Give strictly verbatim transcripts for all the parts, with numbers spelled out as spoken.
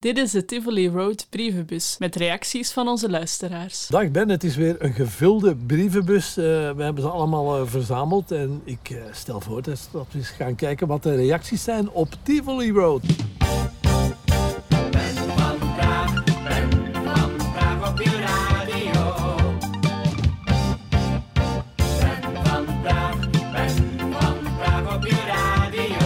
Dit is de Tivoli Road brievenbus met reacties van onze luisteraars. Dag Ben, het is weer een gevulde brievenbus. Uh, we hebben ze allemaal uh, verzameld en ik uh, stel voor dat we eens gaan kijken wat de reacties zijn op Tivoli Road. Ben van Praag, Ben van Praag op je radio. Ben van Praag, Ben van Praag op je radio.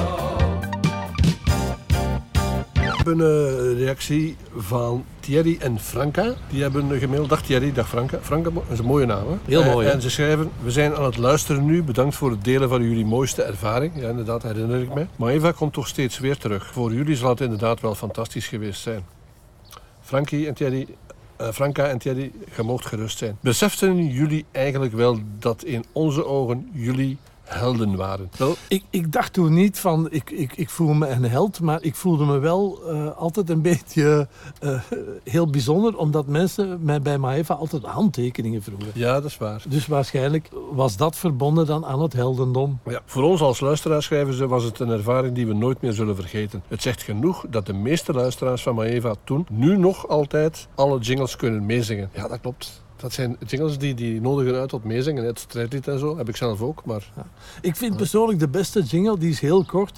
We hebben een reactie van Thierry en Franka. Die hebben gemaild. Dag Thierry, dag Franka. Franka is een mooie naam, hè? Heel mooi, En, hè? en ze schrijven, we zijn aan het luisteren nu. Bedankt voor het delen van jullie mooiste ervaring. Ja, inderdaad, herinner ik me. Maar Eva komt toch steeds weer terug. Voor jullie zal het inderdaad wel fantastisch geweest zijn. Frankie en Thierry... Uh, Franka en Thierry, je moogt gerust zijn. Beseften jullie eigenlijk wel dat in onze ogen jullie helden waren? Wel, Ik, ik dacht toen niet van, ik, ik, ik voel me een held, maar ik voelde me wel uh, altijd een beetje uh, heel bijzonder, omdat mensen mij bij Maeva altijd handtekeningen vroegen. ja, dat is waar. Dus waarschijnlijk was dat verbonden dan aan het heldendom. Ja, voor ons als luisteraars, schrijven ze, was het een ervaring die we nooit meer zullen vergeten. Het zegt genoeg dat de meeste luisteraars van Maeva toen, nu nog altijd, alle jingles kunnen meezingen. Ja, dat klopt. Dat zijn jingles die, die nodigen uit tot meezingen. Het strijdlied en zo, heb ik zelf ook. Maar... Ja. Ik vind persoonlijk de beste jingle, die is heel kort.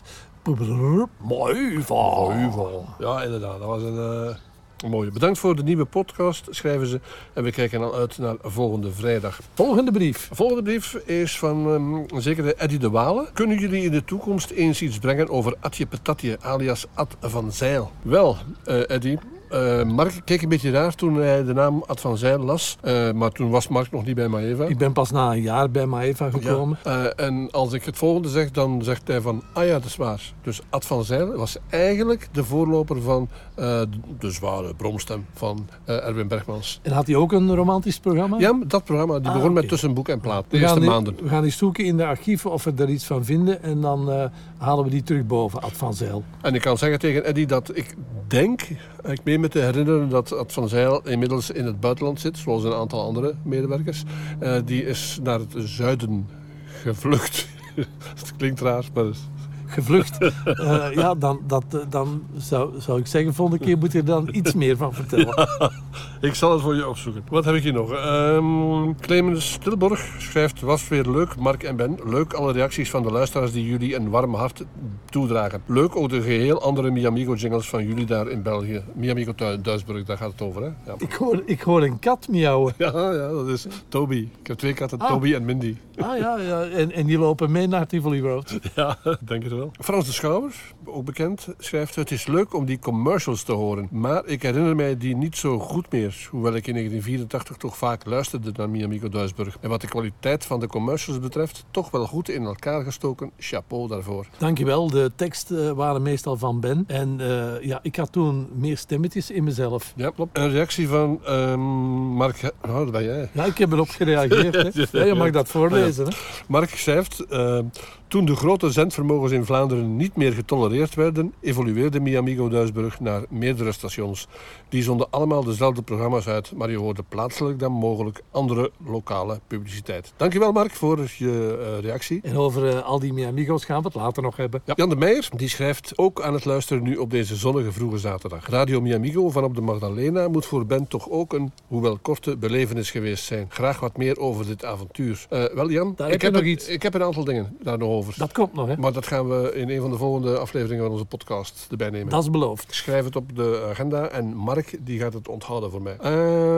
Maeva. Ja, inderdaad. Dat was een, uh, een mooie. Bedankt voor de nieuwe podcast, schrijven ze. En we kijken al uit naar volgende vrijdag. Volgende brief. De volgende brief is van um, een zekere Eddy de Wale. Kunnen jullie in de toekomst eens iets brengen over Adje Patatje, alias Ad van Zijl? Wel, uh, Eddy... Uh, Mark keek een beetje raar toen hij de naam Ad van Zijl las. Uh, maar toen was Mark nog niet bij Maeva. Ik ben pas na een jaar bij Maeva gekomen. Ja. Uh, en als ik het volgende zeg, dan zegt hij van... Ah ja, dat is waar. Dus Ad van Zijl was eigenlijk de voorloper van uh, de zware bromstem van uh, Erwin Bergmans. En had hij ook een romantisch programma? Ja, dat programma. Die ah, begon okay. met tussen boek en plaat. De we eerste gaan maanden. Die, we gaan eens zoeken in de archieven of we er iets van vinden. En dan uh, halen we die terug boven, Ad van Zijl. En ik kan zeggen tegen Eddy dat ik denk... Ik meen me te herinneren dat Ad van Zijl inmiddels in het buitenland zit, zoals een aantal andere medewerkers. Uh, die is naar het zuiden gevlucht. Het klinkt raar, maar... Gevlucht. Uh, ja, dan, dat, dan zou, zou ik zeggen, volgende keer moet je er dan iets meer van vertellen. Ik zal het voor je opzoeken. Wat heb ik hier nog? Um, Clemens Stilborg schrijft, was weer leuk, Mark en Ben. Leuk alle reacties van de luisteraars die jullie een warm hart toedragen. Leuk ook de geheel andere Miamigo jingles van jullie daar in België. Miamigo Duisburg, daar gaat het over, hè? Ja. Ik hoor, ik hoor een kat miauwen. Ja, ja, dat is Toby. Ik heb twee katten, ah. Toby en Mindy. Ah ja, ja. En, en die lopen mee naar Tivoli Road. Ja, denk het wel. Frans de Schouwer, ook bekend, schrijft... Het is leuk om die commercials te horen, maar ik herinner mij die niet zo goed meer. Hoewel ik in negentien vierentachtig toch vaak luisterde naar Miamigo Duisburg. En wat de kwaliteit van de commercials betreft, toch wel goed in elkaar gestoken. Chapeau daarvoor. Dankjewel. De teksten waren meestal van Ben. En uh, ja, ik had toen meer stemmetjes in mezelf. Ja, klopt. Een reactie van um, Mark... Oh, dat ben jij. Ja, ik heb erop gereageerd. Hè. Ja, je mag dat voorlezen. Hè. Mark schrijft... Uh, Toen de grote zendvermogens in Vlaanderen niet meer getolereerd werden, evolueerde Miamigo Duisburg naar meerdere stations. Die zonden allemaal dezelfde programma's uit, maar je hoorde plaatselijk dan mogelijk andere lokale publiciteit. Dankjewel Mark voor je uh, reactie. En over uh, al die Miamigo's gaan we het later nog hebben. Ja. Jan de Meijer die schrijft ook aan het luisteren nu op deze zonnige vroege zaterdag. Radio Miamigo van op de Magdalena moet voor Ben toch ook een, hoewel korte, belevenis geweest zijn. Graag wat meer over dit avontuur. Uh, wel Jan, Daar ik heb, heb, nog een, iets. ik heb een aantal dingen daar nog over. Dat komt nog, hè? Maar dat gaan we in een van de volgende afleveringen van onze podcast erbij nemen. Dat is beloofd. Ik schrijf het op de agenda en Mark die gaat het onthouden voor mij.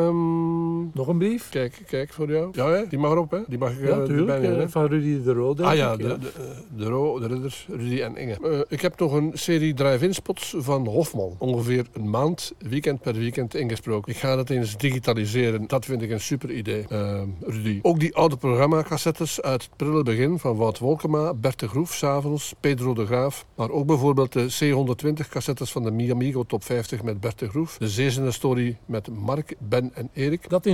Um, nog een brief? Kijk, kijk voor jou. Ja, hè? Die mag erop, hè? Die mag ik ja, uh, tuurlijk, erbij nemen. Uh, van Rudy de Roo, denk Ah ja, ik, de, ja. de, de, Ro, de ridders, Rudy en Inge. Uh, ik heb nog een serie drive-in spots van Hofman. Ongeveer een maand, weekend per weekend ingesproken. Ik ga dat eens digitaliseren. Dat vind ik een super idee, uh, Rudy. Ook die oude programmacassettes uit het prille begin van Wout Wolkema, Bert de Groef, s'avonds, Pedro de Graaf. Maar ook bijvoorbeeld de C honderdtwintig cassettes van de Miamigo Top vijftig met Bert de Groef. De Zezende Story met Mark, Ben en Erik. Dat in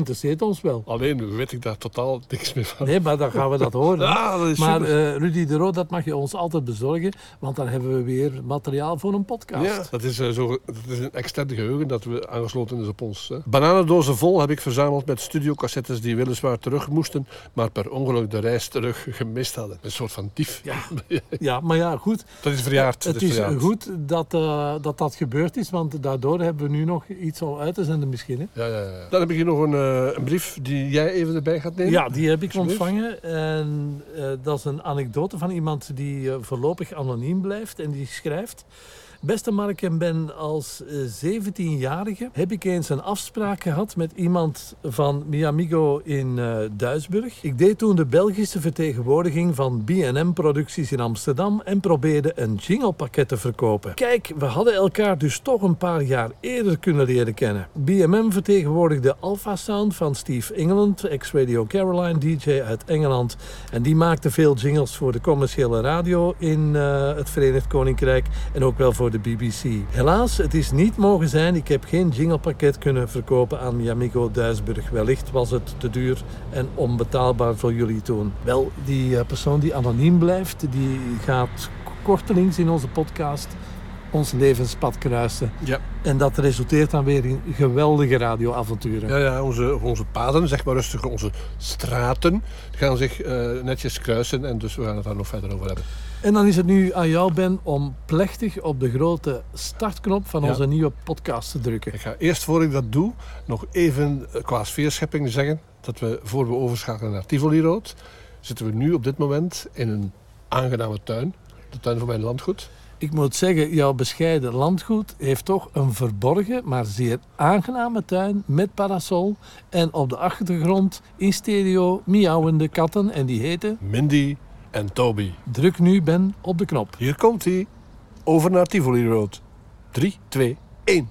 interesseert ons wel. Alleen weet ik daar totaal niks meer van. Nee, maar dan gaan we dat horen. Ah, dat is maar super. uh, Rudy de Roo, dat mag je ons altijd bezorgen, want dan hebben we weer materiaal voor een podcast. Ja, dat is, uh, zo, dat is een extern geheugen dat we aangesloten is op ons. Hè. Bananendozen vol heb ik verzameld met studiocassettes die weliswaar terug moesten, maar per ongeluk de reis terug gemist hadden. Een soort van dief. Ja, ja maar ja, goed. Dat is verjaard. Het dat is, is verjaard. goed dat, uh, dat dat gebeurd is, want daardoor hebben we nu nog iets om uit te zenden misschien. Hè? Ja, ja, ja. Dan heb ik hier nog een, uh, een brief die jij even erbij gaat nemen. Ja, die heb ik ontvangen. En uh, dat is een anekdote van iemand die uh, voorlopig anoniem blijft en die schrijft: Beste Mark en Ben, als zeventienjarige heb ik eens een afspraak gehad met iemand van Miamigo in uh, Duisburg. Ik deed toen de Belgische vertegenwoordiging van B en M Producties in Amsterdam en probeerde een jinglepakket te verkopen. Kijk, we hadden elkaar dus toch een paar jaar eerder kunnen leren kennen. B en M vertegenwoordigde Alpha Sound van Steve England, ex-Radio Caroline, D J uit Engeland. En die maakte veel jingles voor de commerciële radio in uh, het Verenigd Koninkrijk en ook wel voor de B B C. Helaas, het is niet mogen zijn. Ik heb geen jinglepakket kunnen verkopen aan Miamigo Duisburg. Wellicht was het te duur en onbetaalbaar voor jullie toen. Wel, die uh, persoon die anoniem blijft, die gaat kortelings in onze podcast ons levenspad kruisen. Ja. En dat resulteert dan weer in geweldige radioavonturen. Ja, ja onze, onze paden, zeg maar rustig, onze straten gaan zich uh, netjes kruisen en dus we gaan het daar nog verder over hebben. En dan is het nu aan jou, Ben, om plechtig op de grote startknop van Ja. onze nieuwe podcast te drukken. Ik ga eerst, voor ik dat doe, nog even qua sfeerschepping zeggen dat we, voor we overschakelen naar Tivoli Road, zitten we nu op dit moment in een aangename tuin. De tuin van mijn landgoed. Ik moet zeggen, jouw bescheiden landgoed heeft toch een verborgen, maar zeer aangename tuin met parasol. En op de achtergrond in stereo miauwende katten en die heten... Mindy en Toby. Druk nu, Ben, op de knop. Hier komt hij. Over naar Tivoli Road. drie, twee, één.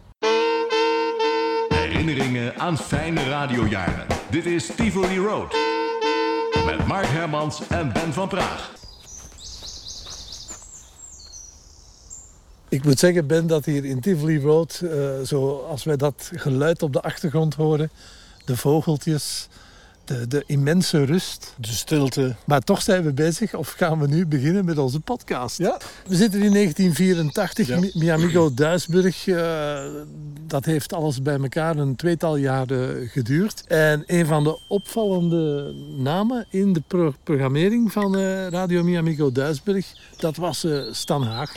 Herinneringen aan fijne radiojaren. Dit is Tivoli Road. Met Mark Hermans en Ben van Praag. Ik moet zeggen, Ben, dat hier in Tivoli Road, uh, zo als wij dat geluid op de achtergrond horen, de vogeltjes, de, de immense rust. De stilte. Maar toch zijn we bezig, of gaan we nu beginnen met onze podcast? Ja. We zitten in negentien vierentachtig, Ja. Miamigo Duisburg. Uh, dat heeft alles bij elkaar een tweetal jaren geduurd. En een van de opvallende namen in de pro- programmering van uh, Radio Miamigo Duisburg, dat was uh, Stan Haag.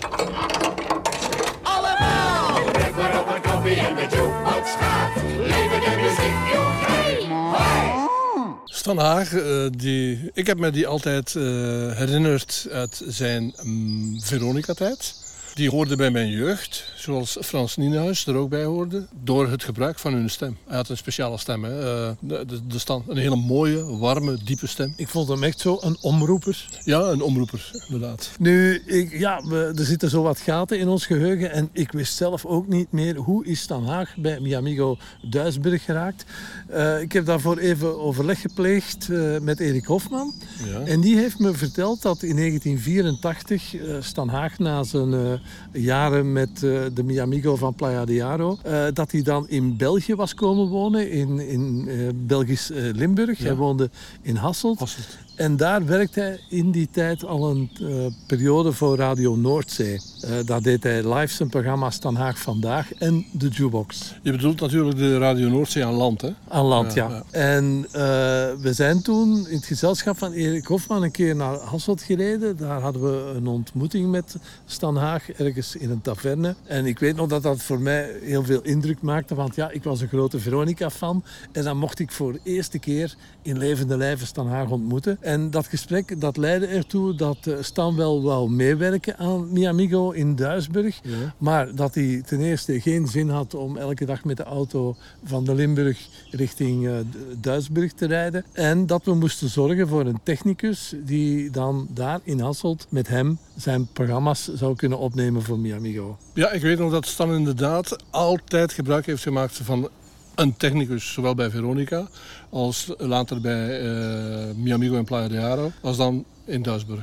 Allemaal! Druk maar op een knopje en de jukebox gaat. Leven de muziek, jochie! Hoi! Stan Haag, uh, die, ik heb me die altijd uh, herinnerd uit zijn um, Veronica-tijd. Die hoorde bij mijn jeugd, zoals Frans Nienhuis er ook bij hoorde, door het gebruik van hun stem. Hij had een speciale stem, hè. Uh, de, de, de Stan, een hele mooie, warme, diepe stem. Ik vond hem echt zo een omroeper. Ja, een omroeper, inderdaad. Nu, ik, ja, we, er zitten zo wat gaten in ons geheugen en ik wist zelf ook niet meer hoe is Stan Haag bij Miamigo Duisburg geraakt. Uh, ik heb daarvoor even overleg gepleegd uh, met Erik Hofman. Ja. En die heeft me verteld dat in negentien vierentachtig uh, Stan Haag na zijn uh, jaren met uh, de Miamigo van Playa de Jaro, uh, dat hij dan in België was komen wonen, in, in uh, Belgisch uh, Limburg. Ja. Hij woonde in Hasselt. Hasselt. En daar werkte hij in die tijd al een uh, periode voor Radio Noordzee. Uh, daar deed hij live zijn programma Stan Haag Vandaag en de Jukebox. Je bedoelt natuurlijk de Radio Noordzee aan land, hè? Aan land, ja. Ja, ja. En uh, we zijn toen in het gezelschap van Erik Hofman een keer naar Hasselt gereden. Daar hadden we een ontmoeting met Stan Haag, ergens in een taverne. En ik weet nog dat dat voor mij heel veel indruk maakte, want ja, ik was een grote Veronica-fan. En dan mocht ik voor de eerste keer in levende lijve Stan Haag ontmoeten. En dat gesprek dat leidde ertoe dat uh, Stan wel wou meewerken aan Miamigo in Duisburg. Ja. Maar dat hij ten eerste geen zin had om elke dag met de auto van de Limburg richting uh, Duisburg te rijden. En dat we moesten zorgen voor een technicus die dan daar in Hasselt met hem zijn programma's zou kunnen opnemen voor Miamigo. Ja, ik weet nog dat Stan inderdaad altijd gebruik heeft gemaakt van een technicus, zowel bij Veronica als later bij uh, Miamigo en Playa de Jaro, als dan in Duisburg.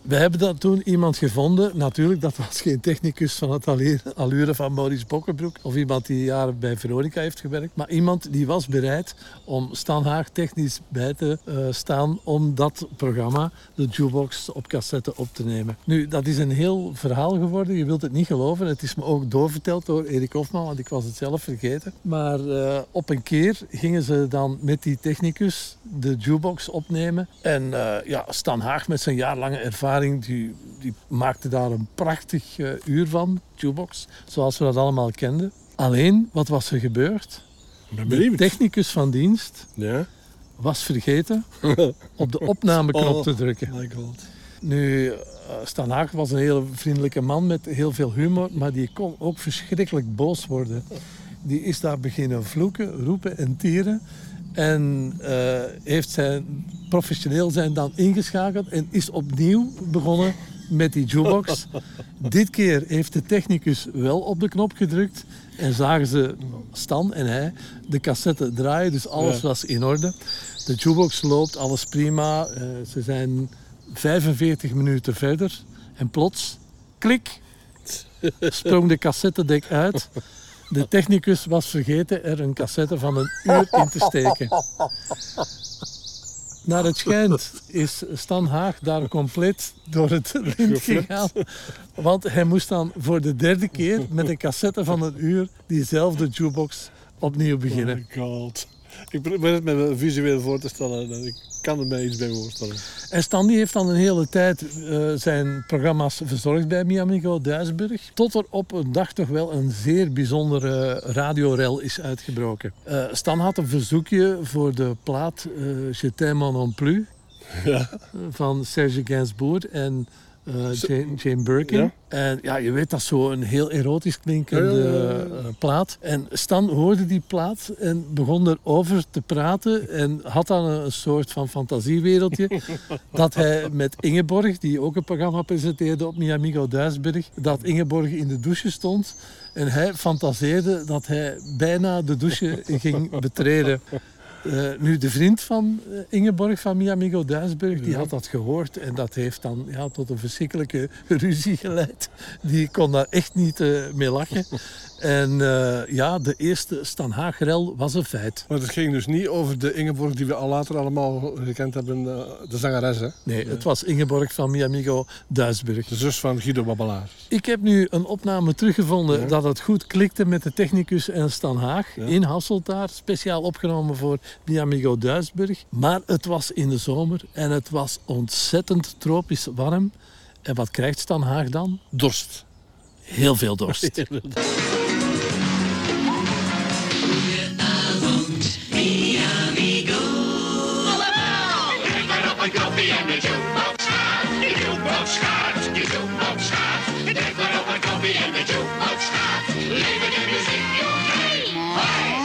We hebben dat toen iemand gevonden. Natuurlijk, dat was geen technicus van het allure van Maurice Bokkenbroek. Of iemand die jaren bij Veronica heeft gewerkt. Maar iemand die was bereid om Stan Haag technisch bij te uh, staan om dat programma, de jukebox, op cassette op te nemen. Nu, dat is een heel verhaal geworden. Je wilt het niet geloven. Het is me ook doorverteld door Erik Hofman, want ik was het zelf vergeten. Maar uh, op een keer gingen ze dan met die technicus de jukebox opnemen. En uh, ja, Stan Haag met zijn jaarlange ervaring, die, die maakte daar een prachtig uh, uur van, jukebox, zoals we dat allemaal kenden. Alleen, wat was er gebeurd? De technicus van dienst ja? was vergeten op de opnameknop oh, te drukken. My God. Nu, uh, Stan Haag was een heel vriendelijke man met heel veel humor, maar die kon ook verschrikkelijk boos worden. Die is daar beginnen vloeken, roepen en tieren. En uh, heeft zijn professioneel zijn dan ingeschakeld en is opnieuw begonnen met die jukebox. Dit keer heeft de technicus wel op de knop gedrukt en zagen ze Stan en hij de cassette draaien, dus alles ja. was in orde. De jukebox loopt, alles prima. Uh, ze zijn vijfenveertig minuten verder en plots, klik, sprong de cassettedek uit. De technicus was vergeten er een cassette van een uur in te steken. Naar het schijnt is Stan Haag daar compleet door het lint gegaan. Want hij moest dan voor de derde keer met een cassette van een uur diezelfde jukebox opnieuw beginnen. Oh my God. Ik probeer het me visueel voor te stellen. Ik kan er mij iets bij voorstellen. En Stan die heeft dan een hele tijd uh, zijn programma's verzorgd bij Mi Amigo Duisburg. Tot er op een dag toch wel een zeer bijzondere radiorel is uitgebroken. Uh, Stan had een verzoekje voor de plaat uh, Je t'aime non plus ja. van Serge Gainsbourg en uh, Jane, Jane Birkin. Ja. En ja, je weet dat is zo een heel erotisch klinkende ja, ja, ja. Uh, plaat. En Stan hoorde die plaat en begon erover te praten en had dan een, een soort van fantasiewereldje dat hij met Ingeborg, die ook een programma presenteerde op Mi Amigo Duisburg, dat Ingeborg in de douche stond en hij fantaseerde dat hij bijna de douche ging betreden. Uh, nu, de vriend van uh, Ingeborg van Mi Amigo Duisburg, die ja. had dat gehoord en dat heeft dan ja, tot een verschrikkelijke ruzie geleid. Die kon daar echt niet uh, mee lachen. En uh, ja, de eerste Stan Haag-rel was een feit. Maar het ging dus niet over de Ingeborg die we al later allemaal gekend hebben, uh, de zangeres, hè? Nee, het was Ingeborg van Mi Amigo Duisburg. De zus van Guido Babbelaar. Ik heb nu een opname teruggevonden ja. dat het goed klikte met de technicus en Stan Haag ja. in Hasselt daar. Speciaal opgenomen voor Mi Amigo Duisburg. Maar het was in de zomer en het was ontzettend tropisch warm. En wat krijgt Stan Haag dan? Dorst. Heel veel dorst. En de jukebox gaat, de jukebox gaat, de jukebox gaat. Drink maar op een koffie en de jukebox gaat. Leven de muziek, jochie, hoi!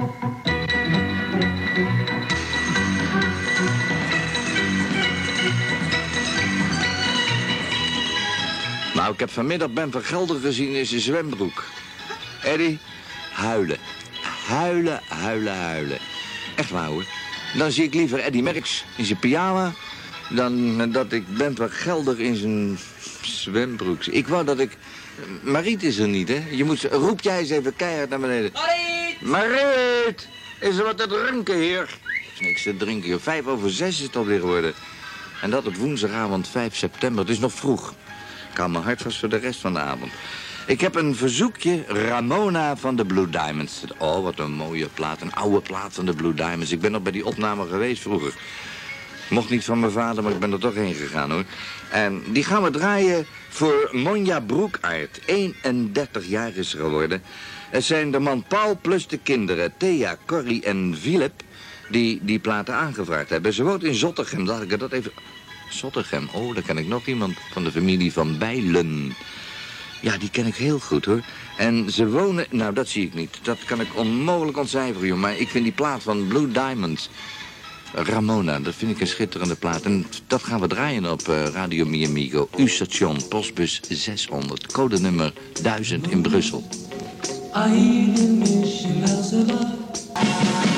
Nou, ik heb vanmiddag Ben van Gelder gezien in zijn zwembroek. Eddie, huilen. Huilen, huilen, huilen. Echt waar hoor. Dan zie ik liever Eddie Merckx in zijn pyjama dan dat ik Ben van Gelder in zijn zwembroek zie. Ik wou dat ik... Mariet is er niet, hè? Je moet... Roep jij eens even keihard naar beneden. Mariet! Mariet! Is er wat te drinken hier? Er is niks te drinken hier. Vijf over zes is het alweer geworden. En dat op woensdagavond vijf september. Het is nog vroeg. Ik hou mijn hart vast voor de rest van de avond. Ik heb een verzoekje, Ramona van de Blue Diamonds. Oh, wat een mooie plaat, een oude plaat van de Blue Diamonds. Ik ben nog bij die opname geweest vroeger. Mocht niet van mijn vader, maar ik ben er toch heen gegaan hoor. En die gaan we draaien voor Monja Broekaert. eenendertig jaar is ze geworden. Het zijn de man Paul plus de kinderen, Thea, Corrie en Philip, die die platen aangevraagd hebben. Ze woont in Zottegem, laat ik dat even... Zottegem, oh, daar ken ik nog iemand van de familie van Bijlen. Ja, die ken ik heel goed, hoor. En ze wonen... Nou, dat zie ik niet. Dat kan ik onmogelijk ontcijferen, joh. Maar ik vind die plaat van Blue Diamonds... Ramona, dat vind ik een schitterende plaat. En dat gaan we draaien op uh, Radio Mi Amigo. U-station, postbus zeshonderd. Codenummer duizend in Brussel.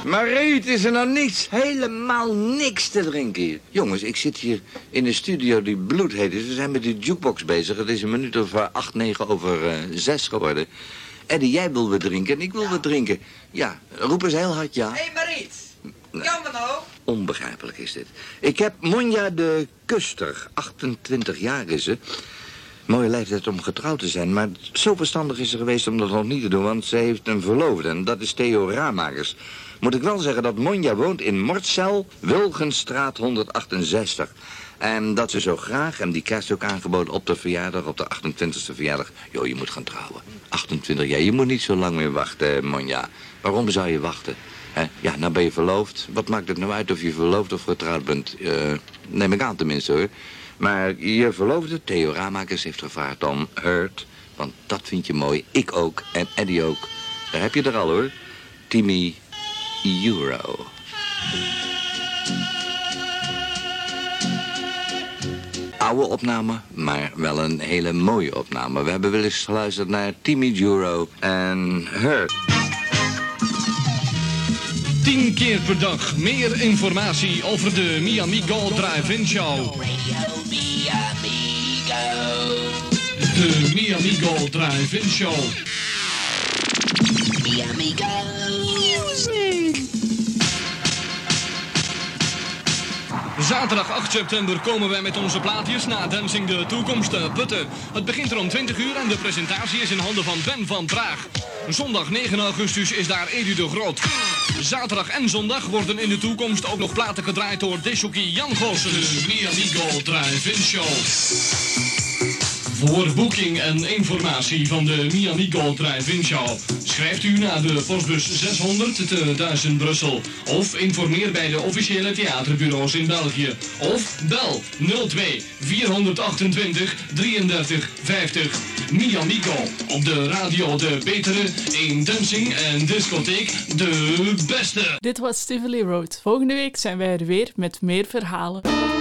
Mariet, is er nou niks, helemaal niks te drinken hier? Jongens, ik zit hier in een studio die bloedheet is. We zijn met die jukebox bezig. Het is een minuut of uh, acht, negen over uh, zes geworden. Eddie, jij wil wat drinken en ik wil wat drinken. Ja, roep eens heel hard ja. Hé hey Mariet, Nee. jammer nou. Onbegrijpelijk is dit. Ik heb Monja de Kuster, achtentwintig jaar is ze. Mooie leeftijd om getrouwd te zijn, maar zo verstandig is ze geweest om dat nog niet te doen, want ze heeft een verloofde en dat is Theo Ramakers. Moet ik wel zeggen dat Monja woont in Mortsel, Wilgenstraat honderdachtenzestig. En dat ze zo graag, en die krijgt ze ook aangeboden op de verjaardag, op de achtentwintigste verjaardag. Joh, je moet gaan trouwen. achtentwintig jaar, je moet niet zo lang meer wachten, Monja. Waarom zou je wachten? He? Ja, nou ben je verloofd. Wat maakt het nou uit of je verloofd of getrouwd bent? Uh, neem ik aan tenminste hoor. Maar je verloofde, Theo Ramakers, heeft gevraagd om Hurt. Want dat vind je mooi. Ik ook. En Eddie ook. Daar heb je er al hoor. Timmy Euro. Oude opname, maar wel een hele mooie opname. We hebben wel eens geluisterd naar Timmy Euro en Hurt. Tien keer per dag meer informatie over de Miamigo Drive-In Show. De Miamigo Drive-In Show. Miamigo Music. Zaterdag acht september komen wij met onze plaatjes naar Dancing de Toekomst te Putten. Het begint er om twintig uur en de presentatie is in handen van Ben van Praag. Zondag negen augustus is daar Edu de Groot. Zaterdag en zondag worden in de toekomst ook nog platen gedraaid door disjockey Jan Goossens. De Miamigo Drive-In Show. Voor boeking en informatie van de Miamigo Drive-In Show schrijft u naar de postbus zeshonderd te duizend Brussel. Of informeer bij de officiële theaterbureaus in België. Of bel nul twee vierhonderdachtentwintig drieëndertig vijftig. Miamigo op de radio de betere, in dancing en discotheek de beste. Dit was Tivoli Road. Volgende week zijn wij er weer met meer verhalen.